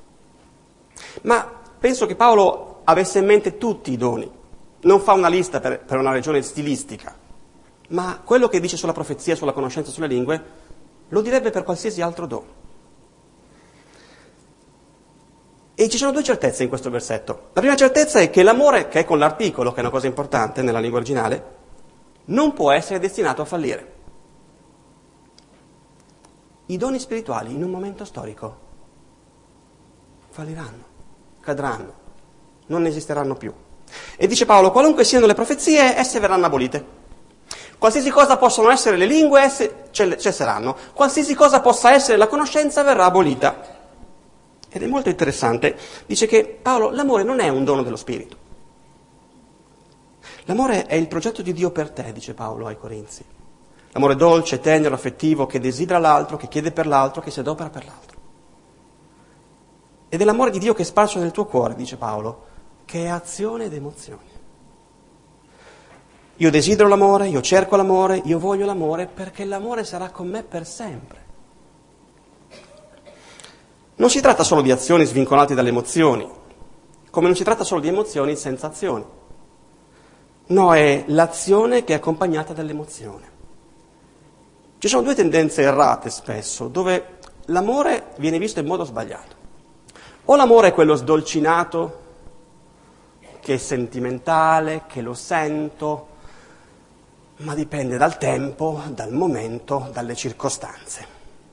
Ma penso che Paolo avesse in mente tutti i doni, non fa una lista per una ragione stilistica, ma quello che dice sulla profezia, sulla conoscenza, sulle lingue, lo direbbe per qualsiasi altro dono. E ci sono due certezze in questo versetto. La prima certezza è che l'amore, che è con l'articolo, che è una cosa importante nella lingua originale, non può essere destinato a fallire. I doni spirituali in un momento storico falliranno, cadranno, non esisteranno più. E dice Paolo, qualunque siano le profezie, esse verranno abolite. Qualsiasi cosa possono essere le lingue, esse cesseranno. Qualsiasi cosa possa essere la conoscenza verrà abolita. Ed è molto interessante, dice che Paolo, l'amore non è un dono dello Spirito. L'amore è il progetto di Dio per te, dice Paolo ai Corinzi. L'amore dolce, tenero, affettivo, che desidera l'altro, che chiede per l'altro, che si adopera per l'altro. Ed è l'amore di Dio che sparge nel tuo cuore, dice Paolo, che è azione ed emozione. Io desidero l'amore, io cerco l'amore, io voglio l'amore, perché l'amore sarà con me per sempre. Non si tratta solo di azioni svincolate dalle emozioni, come non si tratta solo di emozioni senza azioni. No, è l'azione che è accompagnata dall'emozione. Ci sono due tendenze errate spesso, dove l'amore viene visto in modo sbagliato. O l'amore è quello sdolcinato, che è sentimentale, che lo sento, ma dipende dal tempo, dal momento, dalle circostanze.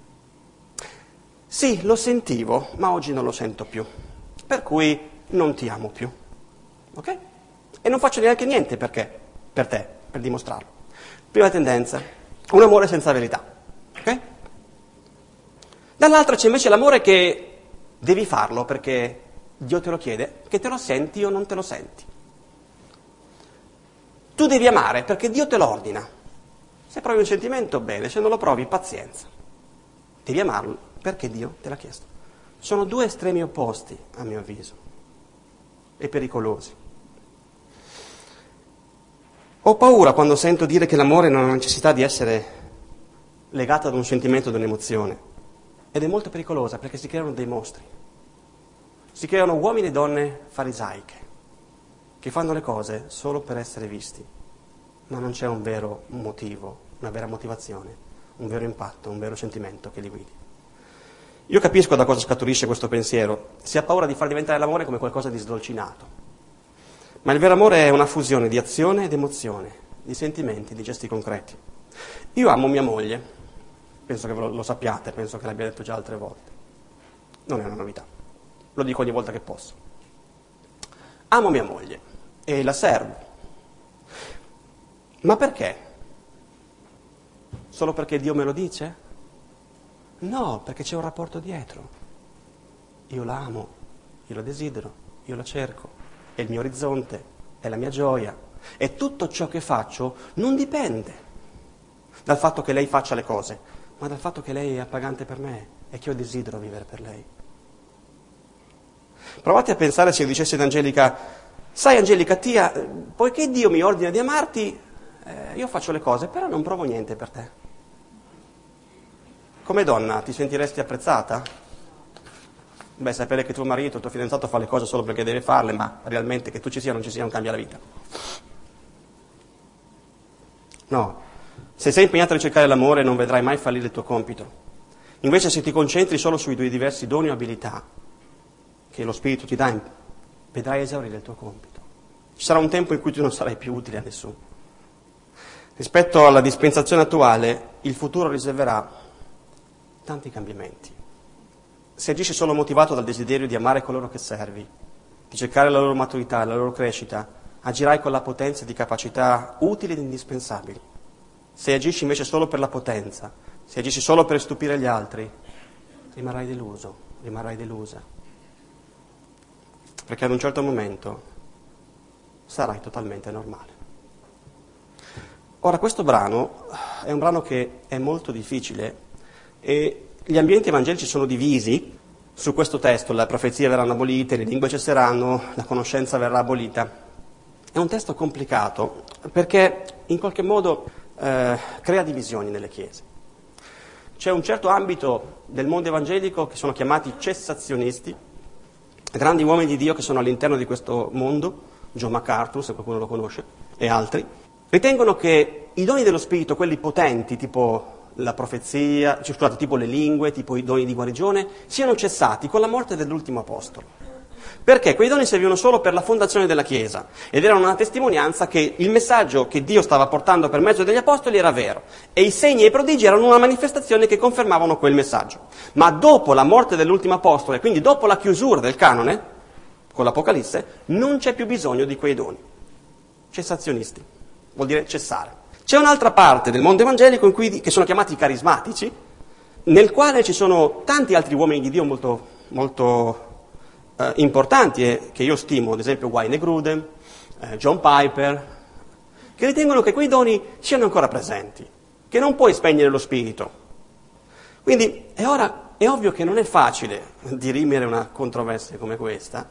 Sì, lo sentivo, ma oggi non lo sento più, per cui non ti amo più, ok? E non faccio neanche niente perché, per te, per dimostrarlo. Prima tendenza, un amore senza verità, ok? Dall'altra c'è invece l'amore che devi farlo perché Dio te lo chiede, che te lo senti o non te lo senti. Tu devi amare perché Dio te lo ordina. Se provi un sentimento, bene, se non lo provi, pazienza. Devi amarlo perché Dio te l'ha chiesto. Sono due estremi opposti, a mio avviso, e pericolosi. Ho paura quando sento dire che l'amore non ha necessità di essere legato ad un sentimento, ad un'emozione. Ed è molto pericolosa perché si creano dei mostri. Si creano uomini e donne farisaiche, che fanno le cose solo per essere visti, ma non c'è un vero motivo, una vera motivazione, un vero impatto, un vero sentimento che li guidi. Io capisco da cosa scaturisce questo pensiero, si ha paura di far diventare l'amore come qualcosa di sdolcinato, ma il vero amore è una fusione di azione ed emozione, di sentimenti, di gesti concreti. Io amo mia moglie, penso che lo sappiate, penso che l'abbia detto già altre volte, non è una novità, lo dico ogni volta che posso. Amo mia moglie e la servo, ma perché? Solo perché Dio me lo dice? No, perché c'è un rapporto dietro. Io la amo, io la desidero, io la cerco, è il mio orizzonte, è la mia gioia. E tutto ciò che faccio non dipende dal fatto che lei faccia le cose, ma dal fatto che lei è appagante per me e che io desidero vivere per lei. Provate a pensare se io dicessi ad Angelica, sai Angelica, tia, poiché Dio mi ordina di amarti, io faccio le cose, però non provo niente per te. Come donna ti sentiresti apprezzata? Beh, sapere che tuo marito, il tuo fidanzato fa le cose solo perché deve farle, ma realmente che tu ci sia o non ci sia non cambia la vita. No, se sei impegnato a ricercare l'amore non vedrai mai fallire il tuo compito. Invece se ti concentri solo sui tuoi diversi doni o abilità che lo Spirito ti dà, vedrai esaurire il tuo compito. Ci sarà un tempo in cui tu non sarai più utile a nessuno. Rispetto alla dispensazione attuale, il futuro riserverà tanti cambiamenti. Se agisci solo motivato dal desiderio di amare coloro che servi, di cercare la loro maturità, la loro crescita, agirai con la potenza di capacità utili ed indispensabili. Se agisci invece solo per la potenza, se agisci solo per stupire gli altri, rimarrai deluso, rimarrai delusa. Perché ad un certo momento sarai totalmente normale. Ora, questo brano è un brano che è molto difficile e gli ambienti evangelici sono divisi su questo testo, le profezie verranno abolite, le lingue cesseranno, la conoscenza verrà abolita. È un testo complicato perché in qualche modo crea divisioni nelle chiese. C'è un certo ambito del mondo evangelico che sono chiamati cessazionisti, grandi uomini di Dio che sono all'interno di questo mondo, John MacArthur, se qualcuno lo conosce, e altri, ritengono che i doni dello Spirito, quelli potenti, tipo la profezia, tipo le lingue, tipo i doni di guarigione, siano cessati con la morte dell'ultimo apostolo. Perché quei doni servivano solo per la fondazione della Chiesa ed erano una testimonianza che il messaggio che Dio stava portando per mezzo degli apostoli era vero e i segni e i prodigi erano una manifestazione che confermavano quel messaggio. Ma dopo la morte dell'ultimo apostolo e quindi dopo la chiusura del canone, con l'Apocalisse, non c'è più bisogno di quei doni. Cessazionisti, vuol dire cessare. C'è un'altra parte del mondo evangelico che sono chiamati carismatici, nel quale ci sono tanti altri uomini di Dio molto importanti che io stimo, ad esempio Wayne Grudem, John Piper, che ritengono che quei doni siano ancora presenti, che non puoi spegnere lo spirito. Quindi è ovvio che non è facile dirimere una controversia come questa.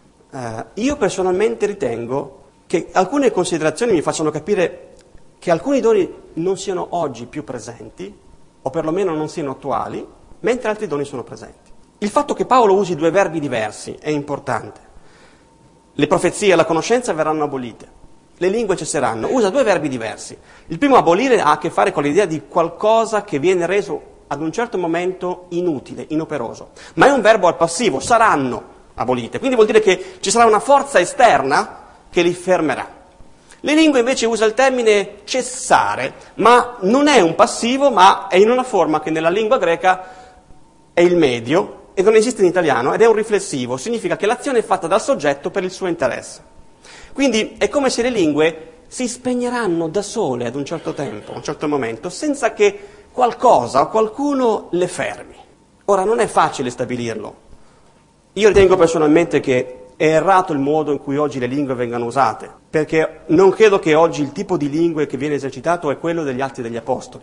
Io personalmente ritengo che alcune considerazioni mi facciano capire che alcuni doni non siano oggi più presenti, o perlomeno non siano attuali, mentre altri doni sono presenti. Il fatto che Paolo usi due verbi diversi è importante. Le profezie e la conoscenza verranno abolite, le lingue cesseranno, usa due verbi diversi. Il primo, abolire, ha a che fare con l'idea di qualcosa che viene reso ad un certo momento inutile, inoperoso, ma è un verbo al passivo, saranno abolite, quindi vuol dire che ci sarà una forza esterna che li fermerà. Le lingue invece usa il termine cessare, ma non è un passivo, ma è in una forma che nella lingua greca è il medio, e non esiste in italiano, ed è un riflessivo, significa che l'azione è fatta dal soggetto per il suo interesse. Quindi è come se le lingue si spegneranno da sole ad un certo tempo, a un certo momento, senza che qualcosa o qualcuno le fermi. Ora, non è facile stabilirlo. Io ritengo personalmente che è errato il modo in cui oggi le lingue vengano usate, perché non credo che oggi il tipo di lingue che viene esercitato è quello degli Atti degli Apostoli,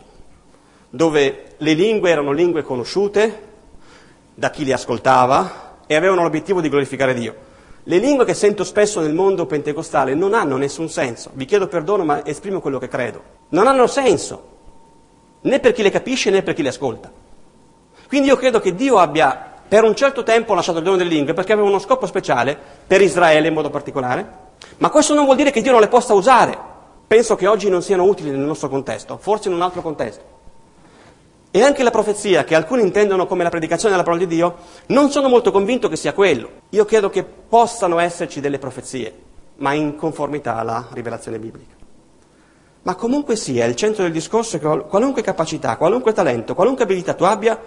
dove le lingue erano lingue conosciute da chi li ascoltava e avevano l'obiettivo di glorificare Dio. Le lingue che sento spesso nel mondo pentecostale non hanno nessun senso. Vi chiedo perdono, ma esprimo quello che credo. Non hanno senso, né per chi le capisce né per chi le ascolta. Quindi io credo che Dio abbia per un certo tempo lasciato il dono delle lingue perché aveva uno scopo speciale, per Israele in modo particolare, ma questo non vuol dire che Dio non le possa usare. Penso che oggi non siano utili nel nostro contesto, forse in un altro contesto. E anche la profezia, che alcuni intendono come la predicazione della parola di Dio, non sono molto convinto che sia quello. Io credo che possano esserci delle profezie, ma in conformità alla rivelazione biblica. Ma comunque sia, il centro del discorso è che qualunque capacità, qualunque talento, qualunque abilità tu abbia,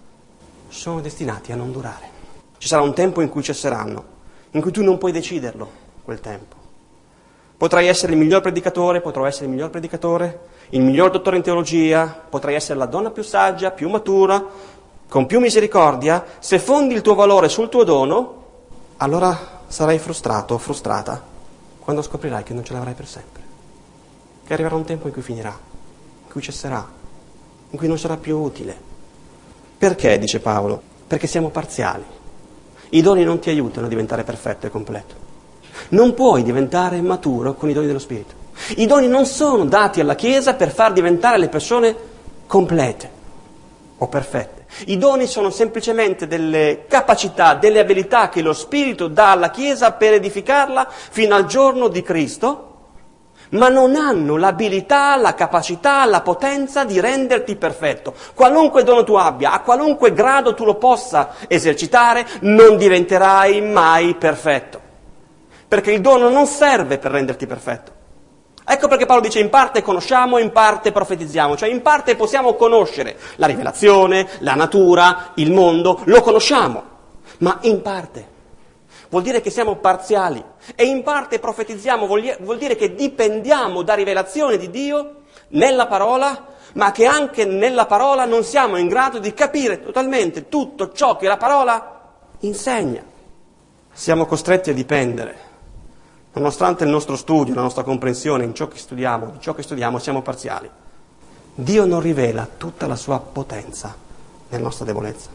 sono destinati a non durare. Ci sarà un tempo in cui cesseranno, in cui tu non puoi deciderlo, quel tempo. Potrai essere il miglior predicatore, potrò essere il miglior predicatore, il miglior dottore in teologia, potrai essere la donna più saggia, più matura, con più misericordia. Se fondi il tuo valore sul tuo dono, allora sarai frustrato o frustrata quando scoprirai che non ce l'avrai per sempre, che arriverà un tempo in cui finirà, in cui cesserà, in cui non sarà più utile. Perché, dice Paolo? Perché siamo parziali. I doni non ti aiutano a diventare perfetto e completo. Non puoi diventare maturo con i doni dello Spirito. I doni non sono dati alla Chiesa per far diventare le persone complete o perfette. I doni sono semplicemente delle capacità, delle abilità che lo Spirito dà alla Chiesa per edificarla fino al giorno di Cristo, ma non hanno l'abilità, la capacità, la potenza di renderti perfetto. Qualunque dono tu abbia, a qualunque grado tu lo possa esercitare, non diventerai mai perfetto. Perché il dono non serve per renderti perfetto. Ecco perché Paolo dice: in parte conosciamo, in parte profetizziamo, cioè in parte possiamo conoscere la rivelazione, la natura, il mondo, lo conosciamo, ma in parte. Vuol dire che siamo parziali, e in parte profetizziamo, vuol dire che dipendiamo da rivelazione di Dio nella parola, ma che anche nella parola non siamo in grado di capire totalmente tutto ciò che la parola insegna. Siamo costretti a dipendere. Nonostante il nostro studio, la nostra comprensione di ciò che studiamo, siamo parziali. Dio non rivela tutta la sua potenza nella nostra debolezza.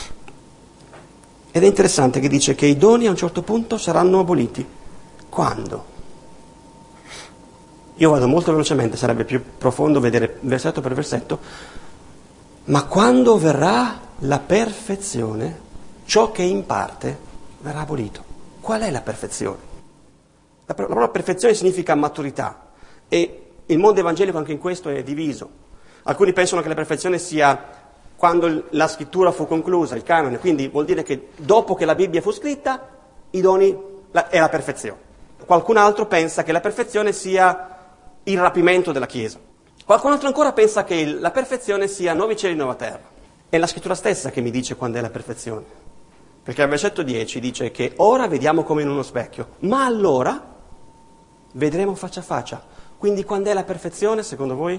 Ed è interessante che dice che i doni a un certo punto saranno aboliti. Quando? Io vado molto velocemente, sarebbe più profondo vedere versetto per versetto. Ma quando verrà la perfezione, ciò che è in parte verrà abolito. Qual è la perfezione? La parola perfezione significa maturità e il mondo evangelico anche in questo è diviso. Alcuni pensano che la perfezione sia quando la scrittura fu conclusa, il canone, quindi vuol dire che dopo che la Bibbia fu scritta, i doni è la perfezione. Qualcun altro pensa che la perfezione sia il rapimento della Chiesa. Qualcun altro ancora pensa che la perfezione sia nuovi cieli e nuova terra. È la scrittura stessa che mi dice quando è la perfezione. Perché al versetto 10 dice che ora vediamo come in uno specchio, ma allora vedremo faccia a faccia. Quindi quando è la perfezione, secondo voi?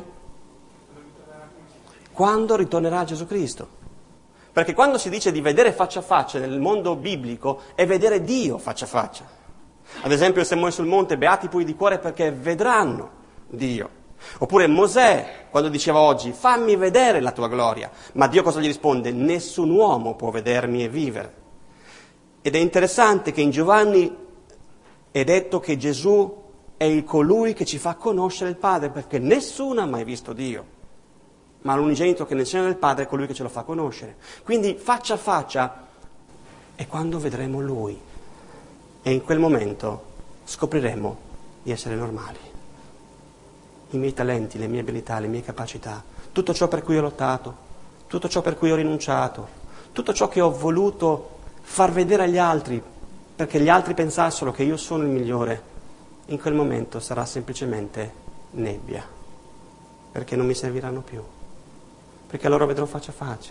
Quando ritornerà Gesù Cristo. Perché quando si dice di vedere faccia a faccia nel mondo biblico è vedere Dio faccia a faccia. Ad esempio il sermone sul monte, beati i puri di cuore perché vedranno Dio. Oppure Mosè, quando diceva oggi, fammi vedere la tua gloria. Ma Dio cosa gli risponde? Nessun uomo può vedermi e vivere. Ed è interessante che in Giovanni è detto che Gesù è il colui che ci fa conoscere il Padre, perché nessuno ha mai visto Dio. Ma l'unigenito che nel seno del Padre è colui che ce lo fa conoscere. Quindi faccia a faccia è quando vedremo Lui. E in quel momento scopriremo di essere normali. I miei talenti, le mie abilità, le mie capacità, tutto ciò per cui ho lottato, tutto ciò per cui ho rinunciato, tutto ciò che ho voluto far vedere agli altri perché gli altri pensassero che io sono il migliore, in quel momento sarà semplicemente nebbia, perché non mi serviranno più, perché allora vedrò faccia a faccia.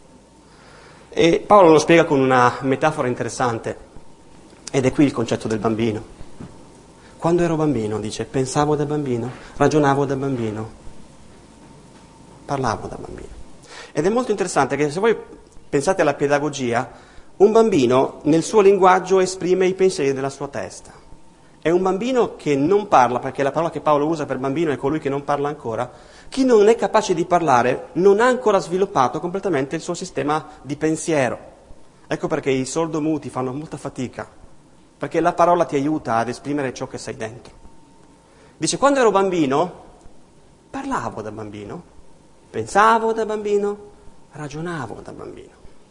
E Paolo lo spiega con una metafora interessante, ed è qui il concetto del bambino. Quando ero bambino, dice, pensavo da bambino, ragionavo da bambino, parlavo da bambino. Ed è molto interessante che se voi pensate alla pedagogia, un bambino nel suo linguaggio esprime i pensieri della sua testa. È un bambino che non parla, perché la parola che Paolo usa per bambino è colui che non parla ancora. Chi non è capace di parlare non ha ancora sviluppato completamente il suo sistema di pensiero. Ecco perché i sordomuti fanno molta fatica. Perché la parola ti aiuta ad esprimere ciò che sei dentro. Dice, quando ero bambino, parlavo da bambino, pensavo da bambino, ragionavo da bambino.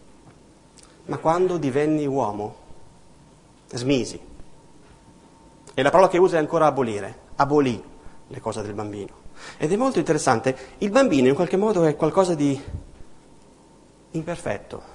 Ma quando divenni uomo, smisi. E la parola che usa è ancora abolire, abolì le cose del bambino. Ed è molto interessante, il bambino in qualche modo è qualcosa di imperfetto.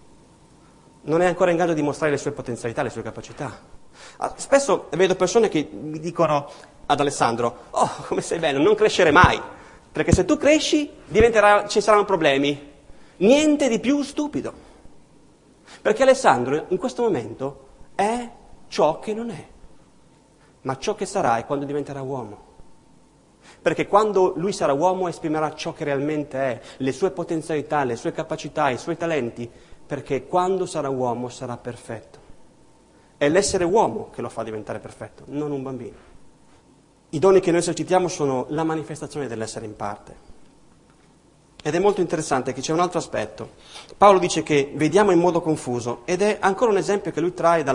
Non è ancora in grado di mostrare le sue potenzialità, le sue capacità. Spesso vedo persone che mi dicono ad Alessandro, oh, come sei bello, non crescere mai, perché se tu cresci ci saranno problemi. Niente di più stupido. Perché Alessandro in questo momento è ciò che non è, ma ciò che sarà è quando diventerà uomo. Perché quando lui sarà uomo esprimerà ciò che realmente è, le sue potenzialità, le sue capacità, i suoi talenti, perché quando sarà uomo sarà perfetto. È l'essere uomo che lo fa diventare perfetto, non un bambino. I doni che noi esercitiamo sono la manifestazione dell'essere in parte. Ed è molto interessante che c'è un altro aspetto. Paolo dice che vediamo in modo confuso, ed è ancora un esempio che lui trae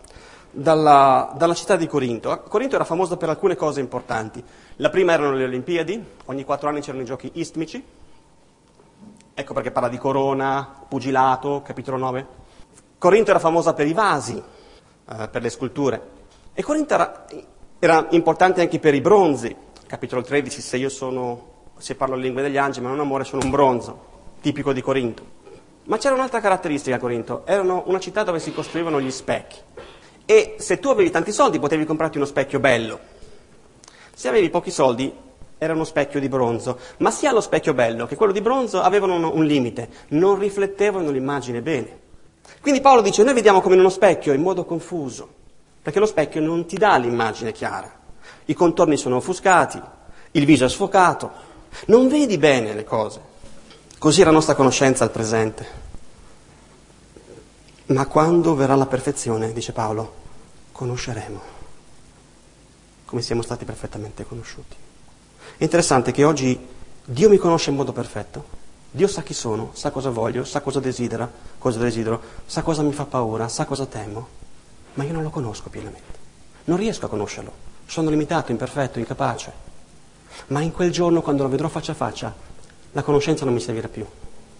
dalla città di Corinto. Corinto era famosa per alcune cose importanti. La prima erano le Olimpiadi, ogni 4 anni c'erano i giochi istmici. Ecco perché parla di corona, pugilato, capitolo 9. Corinto era famosa per i vasi, per le sculture. E Corinto era importante anche per i bronzi. Capitolo 13, se parlo le lingue degli angeli, ma non amore, sono un bronzo, tipico di Corinto. Ma c'era un'altra caratteristica a Corinto, erano una città dove si costruivano gli specchi. E se tu avevi tanti soldi potevi comprarti uno specchio bello. Se avevi pochi soldi era uno specchio di bronzo, ma sia lo specchio bello che quello di bronzo avevano un limite, non riflettevano l'immagine bene. Quindi Paolo dice, noi vediamo come in uno specchio in modo confuso, perché lo specchio non ti dà l'immagine chiara, i contorni sono offuscati, il viso è sfocato, non vedi bene le cose. Così è la nostra conoscenza al presente. Ma quando verrà la perfezione, dice Paolo, conosceremo come siamo stati perfettamente conosciuti. È interessante che oggi Dio mi conosce in modo perfetto, Dio sa chi sono, sa cosa voglio, sa cosa desidero, sa cosa mi fa paura, sa cosa temo, ma io non lo conosco pienamente, non riesco a conoscerlo, sono limitato, imperfetto, incapace, ma in quel giorno quando lo vedrò faccia a faccia la conoscenza non mi servirà più,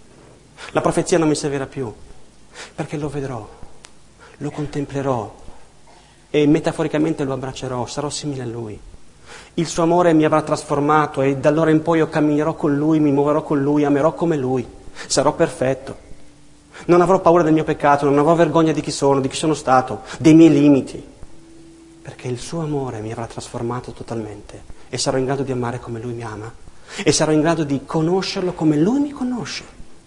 La profezia non mi servirà più, perché lo vedrò, lo contemplerò e metaforicamente lo abbraccerò, sarò simile a Lui. Il suo amore mi avrà trasformato e da allora in poi io camminerò con Lui, mi muoverò con Lui, amerò come Lui, sarò perfetto. Non avrò paura del mio peccato, non avrò vergogna di chi sono stato, dei miei limiti, perché il suo amore mi avrà trasformato totalmente e sarò in grado di amare come Lui mi ama e sarò in grado di conoscerlo come Lui mi conosce.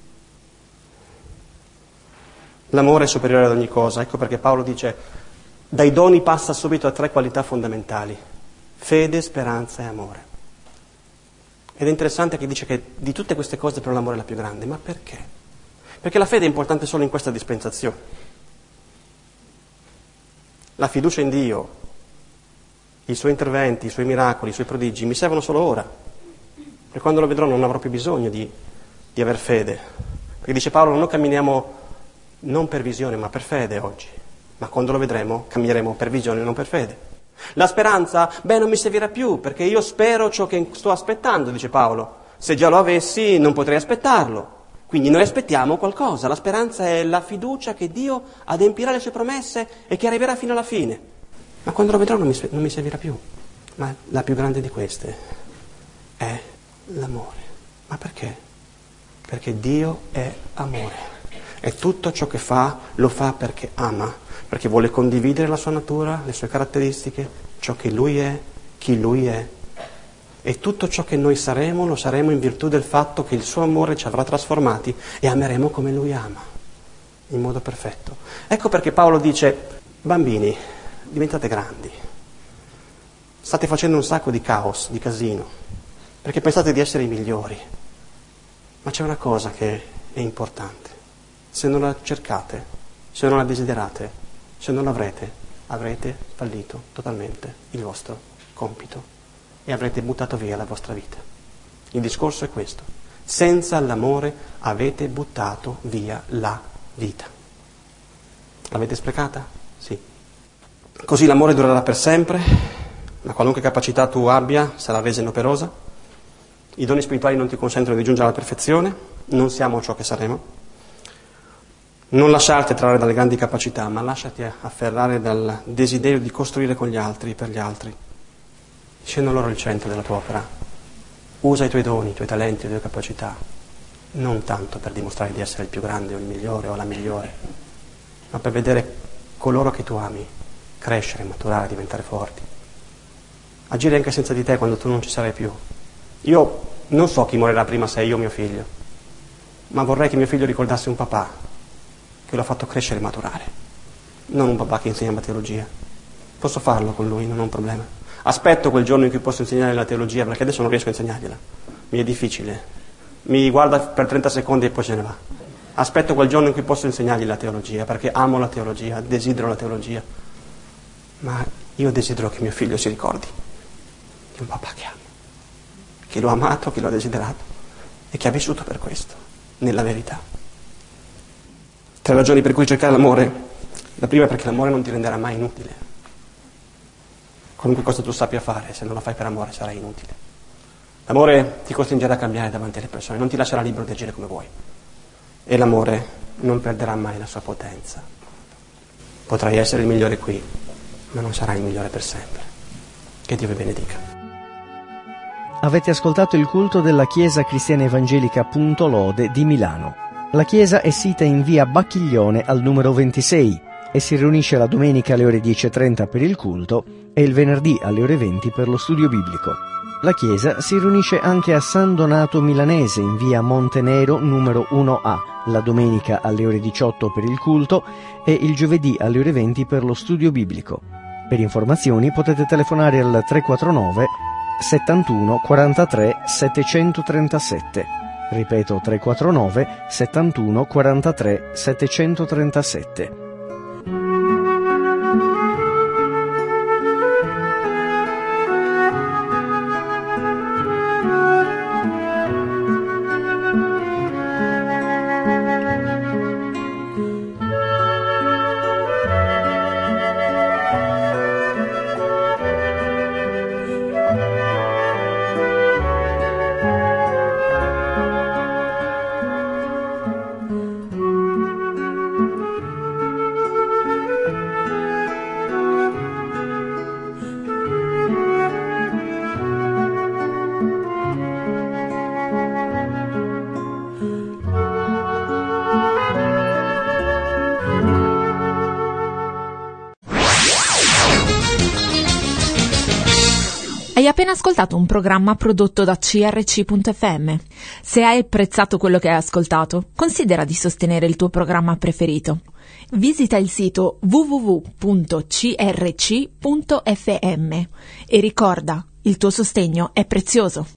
L'amore è superiore ad ogni cosa, ecco perché Paolo dice: dai doni passa subito a 3 qualità fondamentali: fede, speranza e amore. Ed è interessante che dice che di tutte queste cose però l'amore è la più grande. Ma perché? Perché la fede è importante solo in questa dispensazione. La fiducia in Dio, i Suoi interventi, i Suoi miracoli, i Suoi prodigi mi servono solo ora. E quando lo vedrò non avrò più bisogno di aver fede. Perché dice Paolo, noi camminiamo non per visione ma per fede oggi. Ma quando lo vedremo cammineremo per visione e non per fede. La speranza, non mi servirà più, perché io spero ciò che sto aspettando, dice Paolo. Se già lo avessi non potrei aspettarlo. Quindi noi aspettiamo qualcosa. La speranza è la fiducia che Dio adempirà le sue promesse e che arriverà fino alla fine. Ma quando lo vedrò non mi servirà più. Ma la più grande di queste è l'amore. Ma perché? Perché Dio è amore. E tutto ciò che fa, lo fa perché ama, perché vuole condividere la sua natura, le sue caratteristiche, ciò che Lui è, chi Lui è. E tutto ciò che noi saremo, lo saremo in virtù del fatto che il suo amore ci avrà trasformati e ameremo come Lui ama, in modo perfetto. Ecco perché Paolo dice: bambini, diventate grandi, state facendo un sacco di caos, di casino, perché pensate di essere i migliori. Ma c'è una cosa che è importante: se non la cercate, se non la desiderate, se non l'avrete, avrete fallito totalmente il vostro compito e avrete buttato via la vostra vita. Il discorso è questo: senza l'amore avete buttato via la vita. L'avete sprecata? Sì. Così l'amore durerà per sempre, ma qualunque capacità tu abbia sarà resa inoperosa. I doni spirituali non ti consentono di giungere alla perfezione, non siamo ciò che saremo. Non lasciarti attrarre dalle grandi capacità, ma lasciati afferrare dal desiderio di costruire con gli altri, per gli altri. Scendo loro il centro della tua opera. Usa i tuoi doni, i tuoi talenti, le tue capacità, non tanto per dimostrare di essere il più grande o il migliore o la migliore, ma per vedere coloro che tu ami crescere, maturare, diventare forti. Agire anche senza di te quando tu non ci sarai più. Io non so chi morirà prima, se io o mio figlio, ma vorrei che mio figlio ricordasse un papà che l'ha fatto crescere e maturare, non un papà che insegna teologia. Posso farlo con lui, non ho un problema. Aspetto quel giorno in cui posso insegnare la teologia, perché adesso non riesco a insegnargliela. Mi è difficile. Mi guarda per 30 secondi e poi se ne va. Aspetto quel giorno in cui posso insegnargli la teologia, perché amo la teologia, desidero la teologia. Ma io desidero che mio figlio si ricordi di un papà che ama, che lo ha amato, che lo ha desiderato e che ha vissuto per questo, nella verità. 3 ragioni per cui cercare l'amore. La prima è perché l'amore non ti renderà mai inutile. Qualunque cosa tu sappia fare, se non la fai per amore sarai inutile. L'amore ti costringerà a cambiare davanti alle persone, non ti lascerà libero di agire come vuoi. E l'amore non perderà mai la sua potenza. Potrai essere il migliore qui, ma non sarai il migliore per sempre. Che Dio vi benedica. Avete ascoltato il culto della Chiesa Cristiana Evangelica Lode di Milano. La chiesa è sita in via Bacchiglione al numero 26 e si riunisce la domenica alle ore 10:30 per il culto e il venerdì alle ore 20 per lo studio biblico. La chiesa si riunisce anche a San Donato Milanese in via Montenero numero 1A, la domenica alle ore 18 per il culto e il giovedì alle ore 20 per lo studio biblico. Per informazioni potete telefonare al 349 71 43 737. Ripeto, 349 71 43 737. Hai appena ascoltato un programma prodotto da CRC.fm. Se hai apprezzato quello che hai ascoltato, considera di sostenere il tuo programma preferito. Visita il sito www.crc.fm e ricorda, il tuo sostegno è prezioso.